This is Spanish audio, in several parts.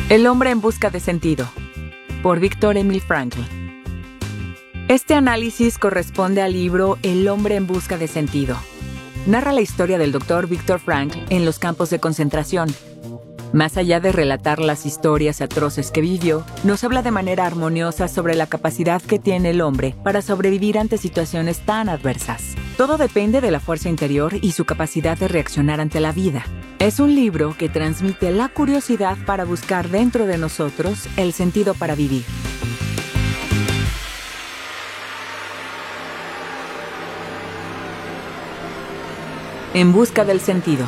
El hombre en busca de sentido, por Viktor Emil Frankl. Este análisis corresponde al libro El hombre en busca de sentido. Narra la historia del Dr. Viktor Frankl en los campos de concentración. Más allá de relatar las historias atroces que vivió, nos habla de manera armoniosa sobre la capacidad que tiene el hombre para sobrevivir ante situaciones tan adversas. Todo depende de la fuerza interior y su capacidad de reaccionar ante la vida. Es un libro que transmite la curiosidad para buscar dentro de nosotros el sentido para vivir. En busca del sentido.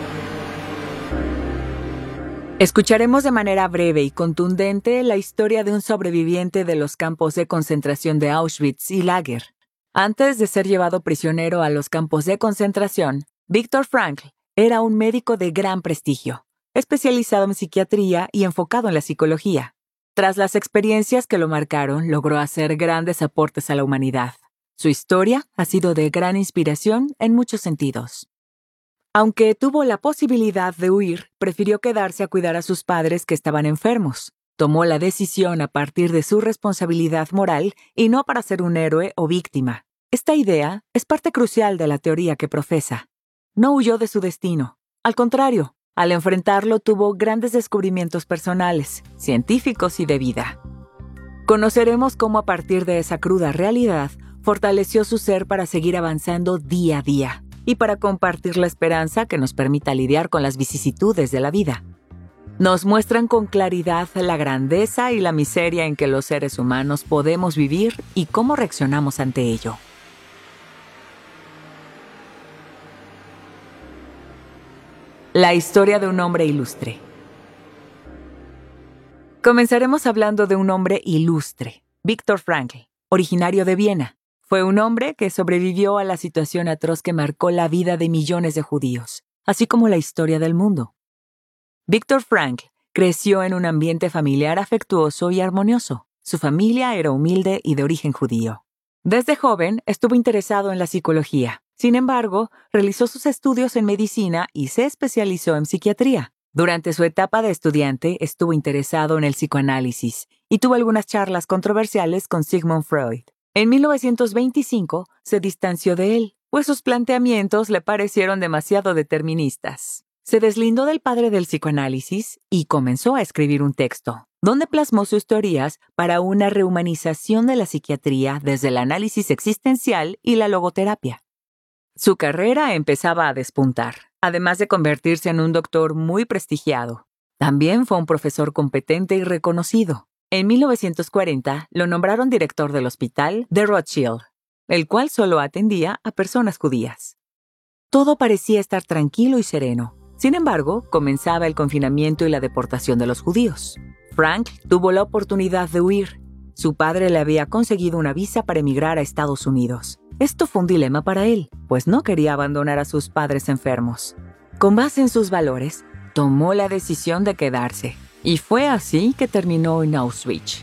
Escucharemos de manera breve y contundente la historia de un sobreviviente de los campos de concentración de Auschwitz y Lager. Antes de ser llevado prisionero a los campos de concentración, Viktor Frankl era un médico de gran prestigio, especializado en psiquiatría y enfocado en la psicología. Tras las experiencias que lo marcaron, logró hacer grandes aportes a la humanidad. Su historia ha sido de gran inspiración en muchos sentidos. Aunque tuvo la posibilidad de huir, prefirió quedarse a cuidar a sus padres que estaban enfermos. Tomó la decisión a partir de su responsabilidad moral y no para ser un héroe o víctima. Esta idea es parte crucial de la teoría que profesa. No huyó de su destino. Al contrario, al enfrentarlo tuvo grandes descubrimientos personales, científicos y de vida. Conoceremos cómo a partir de esa cruda realidad fortaleció su ser para seguir avanzando día a día y para compartir la esperanza que nos permita lidiar con las vicisitudes de la vida. Nos muestran con claridad la grandeza y la miseria en que los seres humanos podemos vivir y cómo reaccionamos ante ello. La historia de un hombre ilustre. Comenzaremos hablando de un hombre ilustre, Viktor Frankl, originario de Viena. Fue un hombre que sobrevivió a la situación atroz que marcó la vida de millones de judíos, así como la historia del mundo. Viktor Frankl creció en un ambiente familiar afectuoso y armonioso. Su familia era humilde y de origen judío. Desde joven estuvo interesado en la psicología. Sin embargo, realizó sus estudios en medicina y se especializó en psiquiatría. Durante su etapa de estudiante estuvo interesado en el psicoanálisis y tuvo algunas charlas controversiales con Sigmund Freud. En 1925 se distanció de él, pues sus planteamientos le parecieron demasiado deterministas. Se deslindó del padre del psicoanálisis y comenzó a escribir un texto, donde plasmó sus teorías para una rehumanización de la psiquiatría desde el análisis existencial y la logoterapia. Su carrera empezaba a despuntar, además de convertirse en un doctor muy prestigiado. También fue un profesor competente y reconocido. En 1940 lo nombraron director del hospital de Rothschild, el cual solo atendía a personas judías. Todo parecía estar tranquilo y sereno. Sin embargo, comenzaba el confinamiento y la deportación de los judíos. Frankl tuvo la oportunidad de huir. Su padre le había conseguido una visa para emigrar a Estados Unidos. Esto fue un dilema para él, pues no quería abandonar a sus padres enfermos. Con base en sus valores, tomó la decisión de quedarse. Y fue así que terminó en Auschwitz.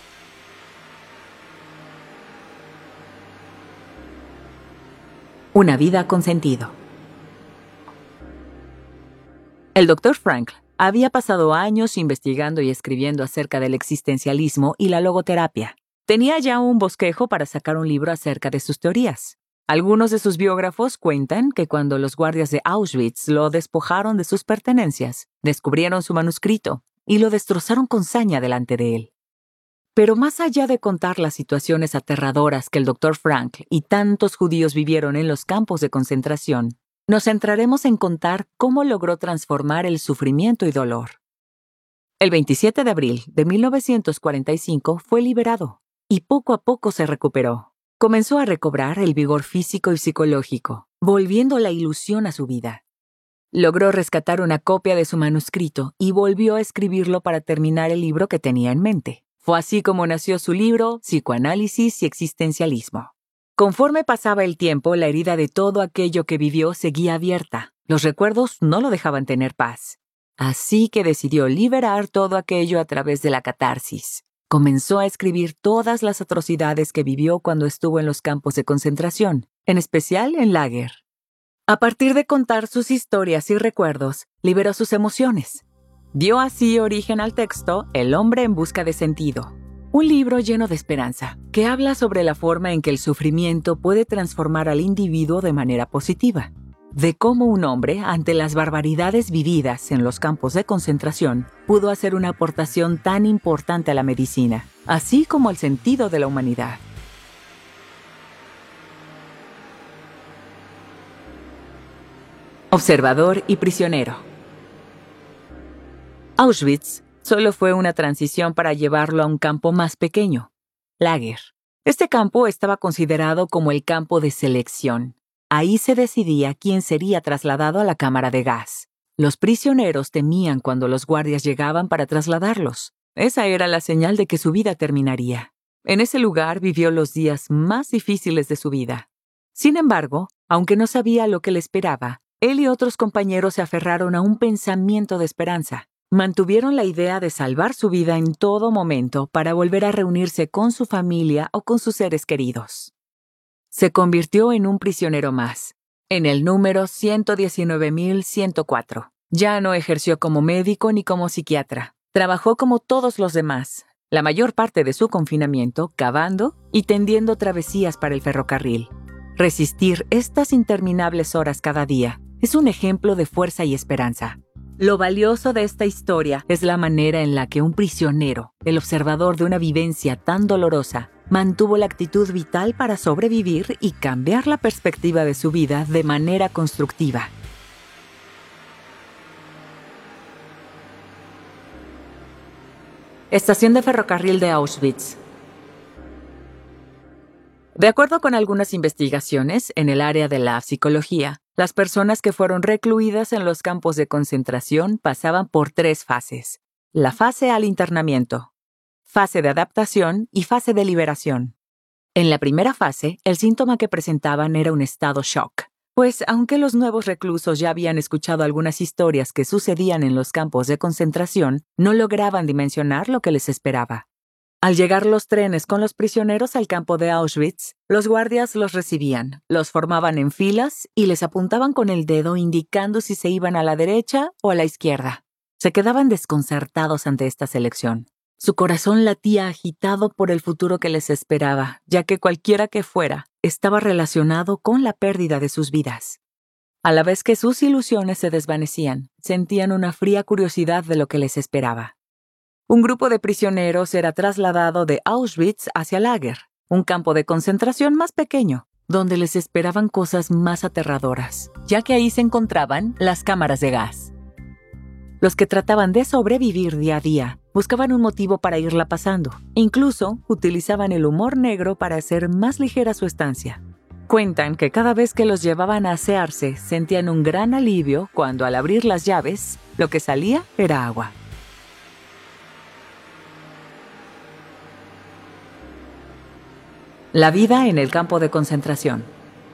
Una vida con sentido. El Dr. Frankl había pasado años investigando y escribiendo acerca del existencialismo y la logoterapia. Tenía ya un bosquejo para sacar un libro acerca de sus teorías. Algunos de sus biógrafos cuentan que cuando los guardias de Auschwitz lo despojaron de sus pertenencias, descubrieron su manuscrito y lo destrozaron con saña delante de él. Pero más allá de contar las situaciones aterradoras que el Dr. Frankl y tantos judíos vivieron en los campos de concentración, nos centraremos en contar cómo logró transformar el sufrimiento y dolor. El 27 de abril de 1945 fue liberado y poco a poco se recuperó. Comenzó a recobrar el vigor físico y psicológico, volviendo la ilusión a su vida. Logró rescatar una copia de su manuscrito y volvió a escribirlo para terminar el libro que tenía en mente. Fue así como nació su libro Psicoanálisis y Existencialismo. Conforme pasaba el tiempo, la herida de todo aquello que vivió seguía abierta. Los recuerdos no lo dejaban tener paz. Así que decidió liberar todo aquello a través de la catarsis. Comenzó a escribir todas las atrocidades que vivió cuando estuvo en los campos de concentración, en especial en Lager. A partir de contar sus historias y recuerdos, liberó sus emociones. Dio así origen al texto El hombre en busca de sentido, un libro lleno de esperanza, que habla sobre la forma en que el sufrimiento puede transformar al individuo de manera positiva, de cómo un hombre, ante las barbaridades vividas en los campos de concentración, pudo hacer una aportación tan importante a la medicina, así como al sentido de la humanidad. Observador y prisionero. Auschwitz solo fue una transición para llevarlo a un campo más pequeño, Lager. Este campo estaba considerado como el campo de selección. Ahí se decidía quién sería trasladado a la cámara de gas. Los prisioneros temían cuando los guardias llegaban para trasladarlos. Esa era la señal de que su vida terminaría. En ese lugar vivió los días más difíciles de su vida. Sin embargo, aunque no sabía lo que le esperaba, él y otros compañeros se aferraron a un pensamiento de esperanza. Mantuvieron la idea de salvar su vida en todo momento para volver a reunirse con su familia o con sus seres queridos. Se convirtió en un prisionero más, en el número 119.104. Ya no ejerció como médico ni como psiquiatra. Trabajó como todos los demás, la mayor parte de su confinamiento cavando y tendiendo travesías para el ferrocarril. Resistir estas interminables horas cada día es un ejemplo de fuerza y esperanza. Lo valioso de esta historia es la manera en la que un prisionero, el observador de una vivencia tan dolorosa, mantuvo la actitud vital para sobrevivir y cambiar la perspectiva de su vida de manera constructiva. Estación de ferrocarril de Auschwitz. De acuerdo con algunas investigaciones en el área de la psicología, las personas que fueron recluidas en los campos de concentración pasaban por 3 fases: la fase al internamiento, fase de adaptación y fase de liberación. En la primera fase, el síntoma que presentaban era un estado shock, pues aunque los nuevos reclusos ya habían escuchado algunas historias que sucedían en los campos de concentración, no lograban dimensionar lo que les esperaba. Al llegar los trenes con los prisioneros al campo de Auschwitz, los guardias los recibían, los formaban en filas y les apuntaban con el dedo indicando si se iban a la derecha o a la izquierda. Se quedaban desconcertados ante esta selección. Su corazón latía agitado por el futuro que les esperaba, ya que cualquiera que fuera estaba relacionado con la pérdida de sus vidas. A la vez que sus ilusiones se desvanecían, sentían una fría curiosidad de lo que les esperaba. Un grupo de prisioneros era trasladado de Auschwitz hacia Lager, un campo de concentración más pequeño, donde les esperaban cosas más aterradoras, ya que ahí se encontraban las cámaras de gas. Los que trataban de sobrevivir día a día buscaban un motivo para irla pasando. Incluso utilizaban el humor negro para hacer más ligera su estancia. Cuentan que cada vez que los llevaban a asearse, sentían un gran alivio cuando al abrir las llaves, lo que salía era agua. La vida en el campo de concentración.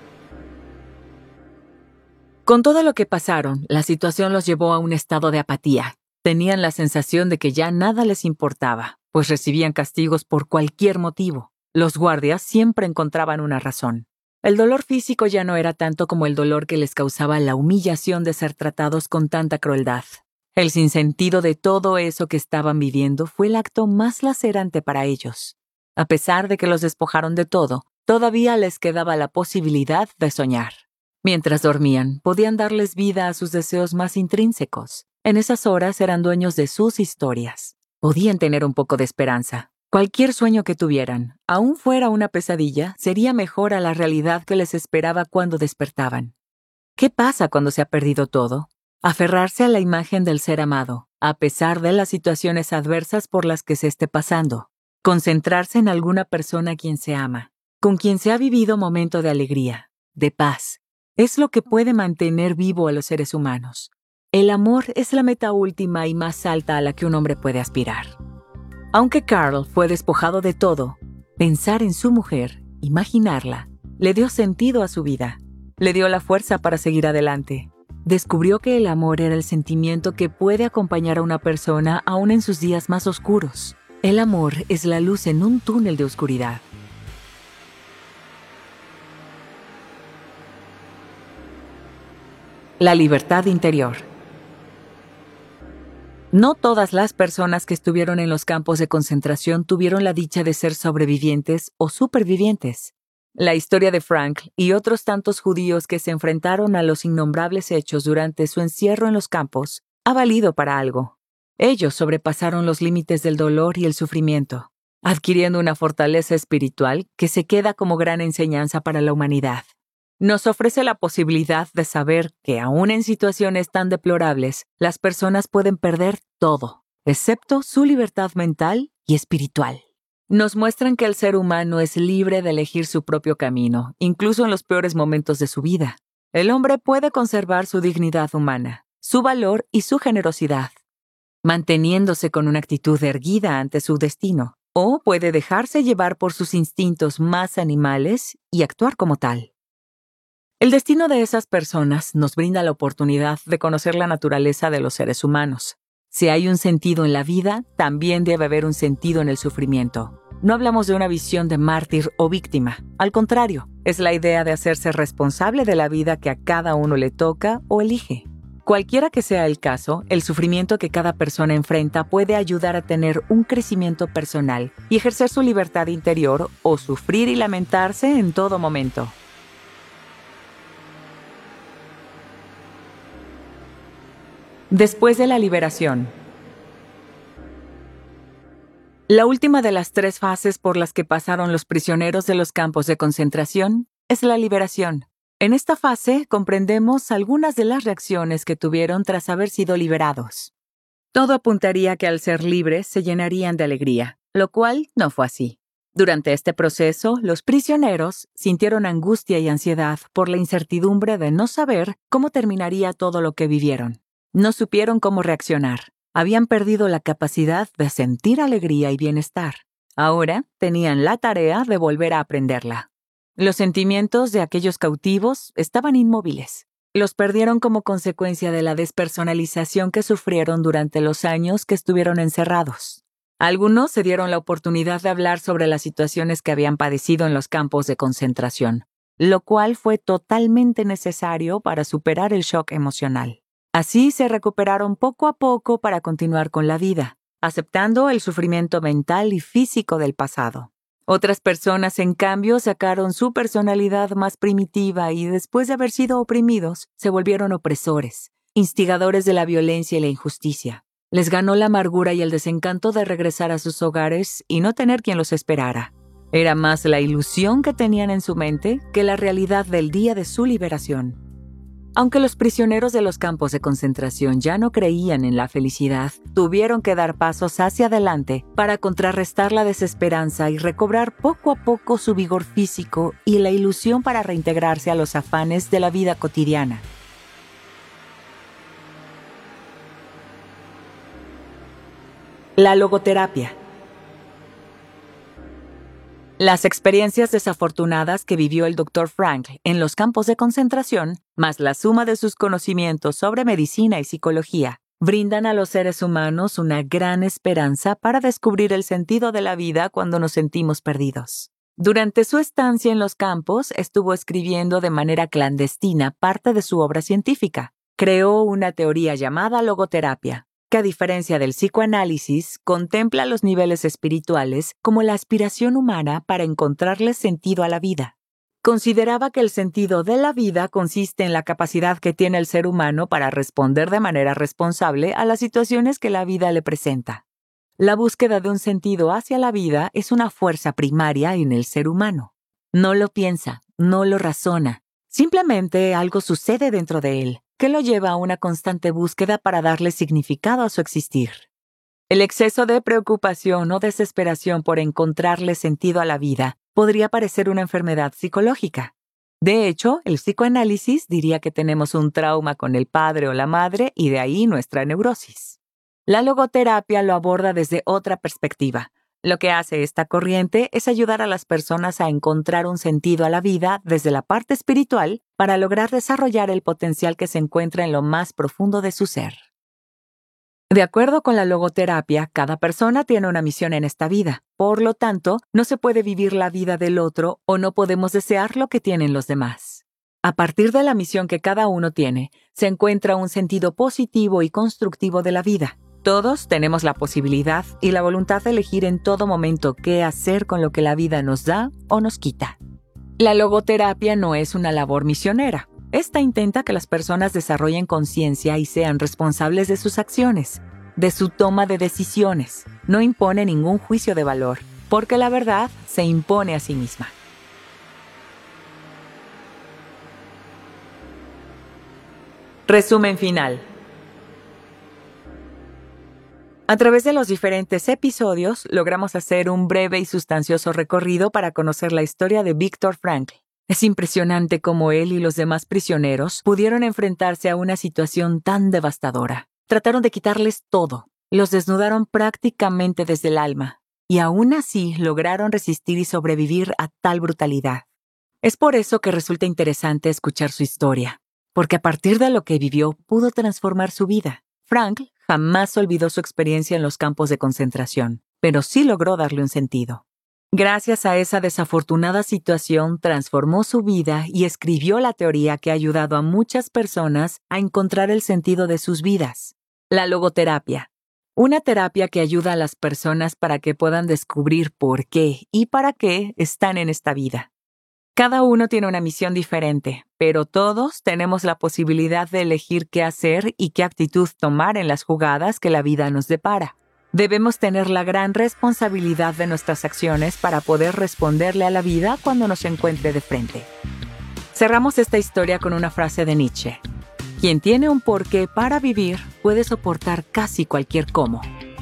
Con todo lo que pasaron, la situación los llevó a un estado de apatía. Tenían la sensación de que ya nada les importaba, pues recibían castigos por cualquier motivo. Los guardias siempre encontraban una razón. El dolor físico ya no era tanto como el dolor que les causaba la humillación de ser tratados con tanta crueldad. El sinsentido de todo eso que estaban viviendo fue el acto más lacerante para ellos. A pesar de que los despojaron de todo, todavía les quedaba la posibilidad de soñar. Mientras dormían, podían darles vida a sus deseos más intrínsecos. En esas horas eran dueños de sus historias. Podían tener un poco de esperanza. Cualquier sueño que tuvieran, aun fuera una pesadilla, sería mejor a la realidad que les esperaba cuando despertaban. ¿Qué pasa cuando se ha perdido todo? Aferrarse a la imagen del ser amado, a pesar de las situaciones adversas por las que se esté pasando. Concentrarse en alguna persona a quien se ama, con quien se ha vivido momento de alegría, de paz. Es lo que puede mantener vivo a los seres humanos. El amor es la meta última y más alta a la que un hombre puede aspirar. Aunque Carl fue despojado de todo, pensar en su mujer, imaginarla, le dio sentido a su vida. Le dio la fuerza para seguir adelante. Descubrió que el amor era el sentimiento que puede acompañar a una persona aún en sus días más oscuros. El amor es la luz en un túnel de oscuridad. La libertad interior. No todas las personas que estuvieron en los campos de concentración tuvieron la dicha de ser sobrevivientes o supervivientes. La historia de Frank y otros tantos judíos que se enfrentaron a los innombrables hechos durante su encierro en los campos ha valido para algo. Ellos sobrepasaron los límites del dolor y el sufrimiento, adquiriendo una fortaleza espiritual que se queda como gran enseñanza para la humanidad. Nos ofrece la posibilidad de saber que aún en situaciones tan deplorables, las personas pueden perder todo, excepto su libertad mental y espiritual. Nos muestran que el ser humano es libre de elegir su propio camino, incluso en los peores momentos de su vida. El hombre puede conservar su dignidad humana, su valor y su generosidad, manteniéndose con una actitud erguida ante su destino, o puede dejarse llevar por sus instintos más animales y actuar como tal. El destino de esas personas nos brinda la oportunidad de conocer la naturaleza de los seres humanos. Si hay un sentido en la vida, también debe haber un sentido en el sufrimiento. No hablamos de una visión de mártir o víctima. Al contrario, es la idea de hacerse responsable de la vida que a cada uno le toca o elige. Cualquiera que sea el caso, el sufrimiento que cada persona enfrenta puede ayudar a tener un crecimiento personal y ejercer su libertad interior o sufrir y lamentarse en todo momento. Después de la liberación. La última de las 3 fases por las que pasaron los prisioneros de los campos de concentración es la liberación. En esta fase comprendemos algunas de las reacciones que tuvieron tras haber sido liberados. Todo apuntaría que al ser libres se llenarían de alegría, lo cual no fue así. Durante este proceso, los prisioneros sintieron angustia y ansiedad por la incertidumbre de no saber cómo terminaría todo lo que vivieron. No supieron cómo reaccionar. Habían perdido la capacidad de sentir alegría y bienestar. Ahora tenían la tarea de volver a aprenderla. Los sentimientos de aquellos cautivos estaban inmóviles. Los perdieron como consecuencia de la despersonalización que sufrieron durante los años que estuvieron encerrados. Algunos se dieron la oportunidad de hablar sobre las situaciones que habían padecido en los campos de concentración, lo cual fue totalmente necesario para superar el shock emocional. Así se recuperaron poco a poco para continuar con la vida, aceptando el sufrimiento mental y físico del pasado. Otras personas, en cambio, sacaron su personalidad más primitiva y, después de haber sido oprimidos, se volvieron opresores, instigadores de la violencia y la injusticia. Les ganó la amargura y el desencanto de regresar a sus hogares y no tener quien los esperara. Era más la ilusión que tenían en su mente que la realidad del día de su liberación. Aunque los prisioneros de los campos de concentración ya no creían en la felicidad, tuvieron que dar pasos hacia adelante para contrarrestar la desesperanza y recobrar poco a poco su vigor físico y la ilusión para reintegrarse a los afanes de la vida cotidiana. La logoterapia. Las experiencias desafortunadas que vivió el Dr. Frank en los campos de concentración, más la suma de sus conocimientos sobre medicina y psicología, brindan a los seres humanos una gran esperanza para descubrir el sentido de la vida cuando nos sentimos perdidos. Durante su estancia en los campos, estuvo escribiendo de manera clandestina parte de su obra científica. Creó una teoría llamada logoterapia, que a diferencia del psicoanálisis, contempla los niveles espirituales como la aspiración humana para encontrarle sentido a la vida. Consideraba que el sentido de la vida consiste en la capacidad que tiene el ser humano para responder de manera responsable a las situaciones que la vida le presenta. La búsqueda de un sentido hacia la vida es una fuerza primaria en el ser humano. No lo piensa, no lo razona. Simplemente algo sucede dentro de él, que lo lleva a una constante búsqueda para darle significado a su existir. El exceso de preocupación o desesperación por encontrarle sentido a la vida podría parecer una enfermedad psicológica. De hecho, el psicoanálisis diría que tenemos un trauma con el padre o la madre y de ahí nuestra neurosis. La logoterapia lo aborda desde otra perspectiva. Lo que hace esta corriente es ayudar a las personas a encontrar un sentido a la vida desde la parte espiritual para lograr desarrollar el potencial que se encuentra en lo más profundo de su ser. De acuerdo con la logoterapia, cada persona tiene una misión en esta vida. Por lo tanto, no se puede vivir la vida del otro o no podemos desear lo que tienen los demás. A partir de la misión que cada uno tiene, se encuentra un sentido positivo y constructivo de la vida. Todos tenemos la posibilidad y la voluntad de elegir en todo momento qué hacer con lo que la vida nos da o nos quita. La logoterapia no es una labor misionera. Esta intenta que las personas desarrollen conciencia y sean responsables de sus acciones, de su toma de decisiones. No impone ningún juicio de valor, porque la verdad se impone a sí misma. Resumen final. A través de los diferentes episodios, logramos hacer un breve y sustancioso recorrido para conocer la historia de Viktor Frankl. Es impresionante cómo él y los demás prisioneros pudieron enfrentarse a una situación tan devastadora. Trataron de quitarles todo, los desnudaron prácticamente desde el alma, y aún así lograron resistir y sobrevivir a tal brutalidad. Es por eso que resulta interesante escuchar su historia, porque a partir de lo que vivió pudo transformar su vida. Frankl jamás olvidó su experiencia en los campos de concentración, pero sí logró darle un sentido. Gracias a esa desafortunada situación, transformó su vida y escribió la teoría que ha ayudado a muchas personas a encontrar el sentido de sus vidas. La logoterapia. Una terapia que ayuda a las personas para que puedan descubrir por qué y para qué están en esta vida. Cada uno tiene una misión diferente, pero todos tenemos la posibilidad de elegir qué hacer y qué actitud tomar en las jugadas que la vida nos depara. Debemos tener la gran responsabilidad de nuestras acciones para poder responderle a la vida cuando nos encuentre de frente. Cerramos esta historia con una frase de Nietzsche. Quien tiene un porqué para vivir puede soportar casi cualquier cómo.